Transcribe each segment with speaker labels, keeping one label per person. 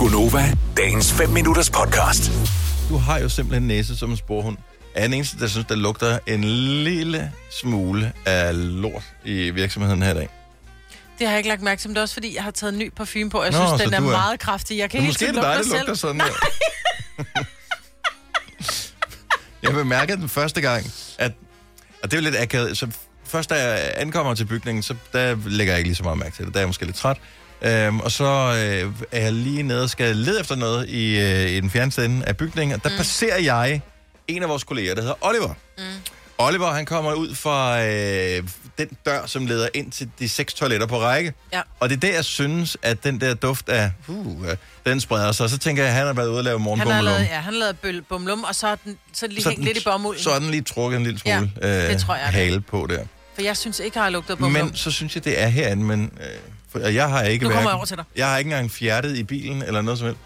Speaker 1: Gunova, dagens 5 minutters podcast.
Speaker 2: Du har jo simpelthen næse som en sporhund. Er den eneste, der synes, der lugter en lille smule af lort i virksomheden her i dag?
Speaker 3: Det har jeg ikke lagt mærke til, men det er også fordi, jeg har taget en ny parfume på, og jeg synes, den er meget kraftig. Jeg kan helt
Speaker 2: måske er det dig, der lugter sådan der. Jeg bemærkede den første gang, at, og det er jo lidt akavet, så først da jeg ankommer til bygningen, så der lægger jeg ikke lige så meget mærke til det. Der er jeg måske lidt træt. Og så er jeg lige nede og skal lede efter noget i den fjerneste ende af bygningen, og der passerer jeg en af vores kolleger, der hedder Oliver. Oliver, han kommer ud fra den dør, som leder ind til de 6 toiletter på række. Ja. Og det er der, jeg synes, at den der duft af, den spreder sig. Så tænker jeg, at han har været ude og lave morgenbummelum.
Speaker 3: Han har lavet bummelum, og så er den lige hængt lidt i bomulden.
Speaker 2: Så er den lige trukket en lille smule
Speaker 3: det tror jeg,
Speaker 2: hale på der.
Speaker 3: For jeg synes ikke, jeg har lugtet bummelum.
Speaker 2: Men så synes jeg, det er herinde, men jeg har ikke
Speaker 3: nu kommer jeg over til dig.
Speaker 2: Jeg har ikke engang fjertet i bilen, eller noget som helst.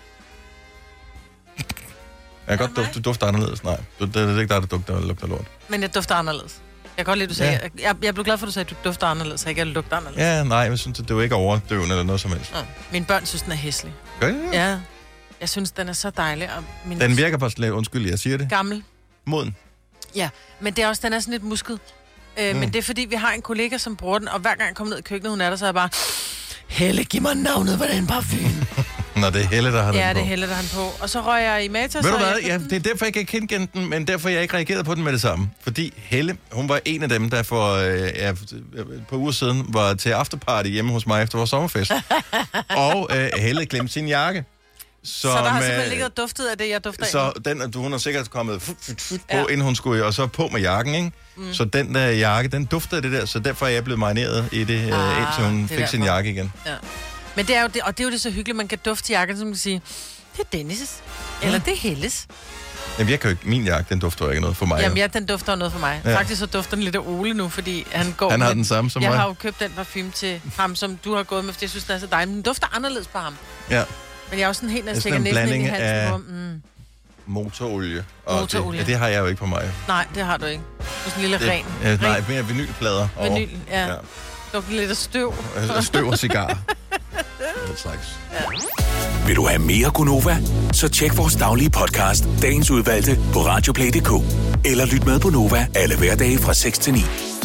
Speaker 2: Jeg kan godt dufte anderledes. Nej, det er ikke dig, der lugter lort.
Speaker 3: Men jeg dufter anderledes. Jeg kan godt lide, du sagde. Ja. Jeg blev glad for, at du sagde, at du dufter anderledes, så jeg ikke lugter anderledes.
Speaker 2: Ja, nej, jeg synes, det var ikke overdøvende eller noget som helst.
Speaker 3: Mine børn synes, den er hæslig.
Speaker 2: Gør det?
Speaker 3: Ja. Jeg synes, den er så dejlig. Og
Speaker 2: den virker bare slet, undskyld, jeg siger det.
Speaker 3: Gammel.
Speaker 2: Moden.
Speaker 3: Ja, men det er også, den er sådan lidt musket. Men det er fordi, vi har en kollega, som bruger den, og hver gang jeg kommer ned i køkkenet, hun er der, så er jeg bare, Helle, giv mig navnet på den parfume.
Speaker 2: Nå, det er Helle, der har den på.
Speaker 3: Ja, det er Helle, der har den på. Og så røg jeg i Matas.
Speaker 2: Ved du hvad? Ja, det er derfor, jeg ikke kan genkende den, men derfor jeg ikke reagerede på den med det samme. Fordi Helle, hun var en af dem, der for et par uger siden var til afterparty hjemme hos mig efter vores sommerfest. Og Helle glemte sin jakke.
Speaker 3: Så der har simpelthen ligget duftet af det, jeg dufter af.
Speaker 2: Så hun har sikkert kommet på, inden hun skulle, og så på med jakken, ikke? Så den der jakke, den duftede det der, så derfor er jeg blevet marineret i det, indtil hun fik sin jakke igen.
Speaker 3: Ja. Men det er jo det, og det er jo det så hyggeligt, man kan dufte til jakken, som man kan sige, det er Dennis' eller det er Helles.
Speaker 2: Jamen, jeg kan jo ikke, min jakke, den dufter jo ikke noget for mig.
Speaker 3: Jamen, den dufter noget for mig. Ja. Faktisk så dufter den lidt af Ole nu, fordi han går.
Speaker 2: Han har den samme som mig.
Speaker 3: Jeg har jo købt den parfume til ham, som du har gået med, fordi jeg synes, den er så dejlig. Men den dufter anderledes på ham.
Speaker 2: Ja.
Speaker 3: Men jeg er også sådan helt, når jeg stikker næsten ind i halsen på ham.
Speaker 2: Motorolie.
Speaker 3: Motorolie.
Speaker 2: Det har jeg jo ikke på mig.
Speaker 3: Nej, det har du ikke. Du er sådan en lille ren.
Speaker 2: Nej, mere vinylplader.
Speaker 3: Vinyl, ja. Lugter lidt af støv.
Speaker 2: Støv og cigar. Det slags.
Speaker 1: Ja. Vil du have mere Gunova? Så tjek vores daglige podcast, dagens udvalgte, på radioplay.dk. Eller lyt med på Nova alle hverdage fra 6 til 9.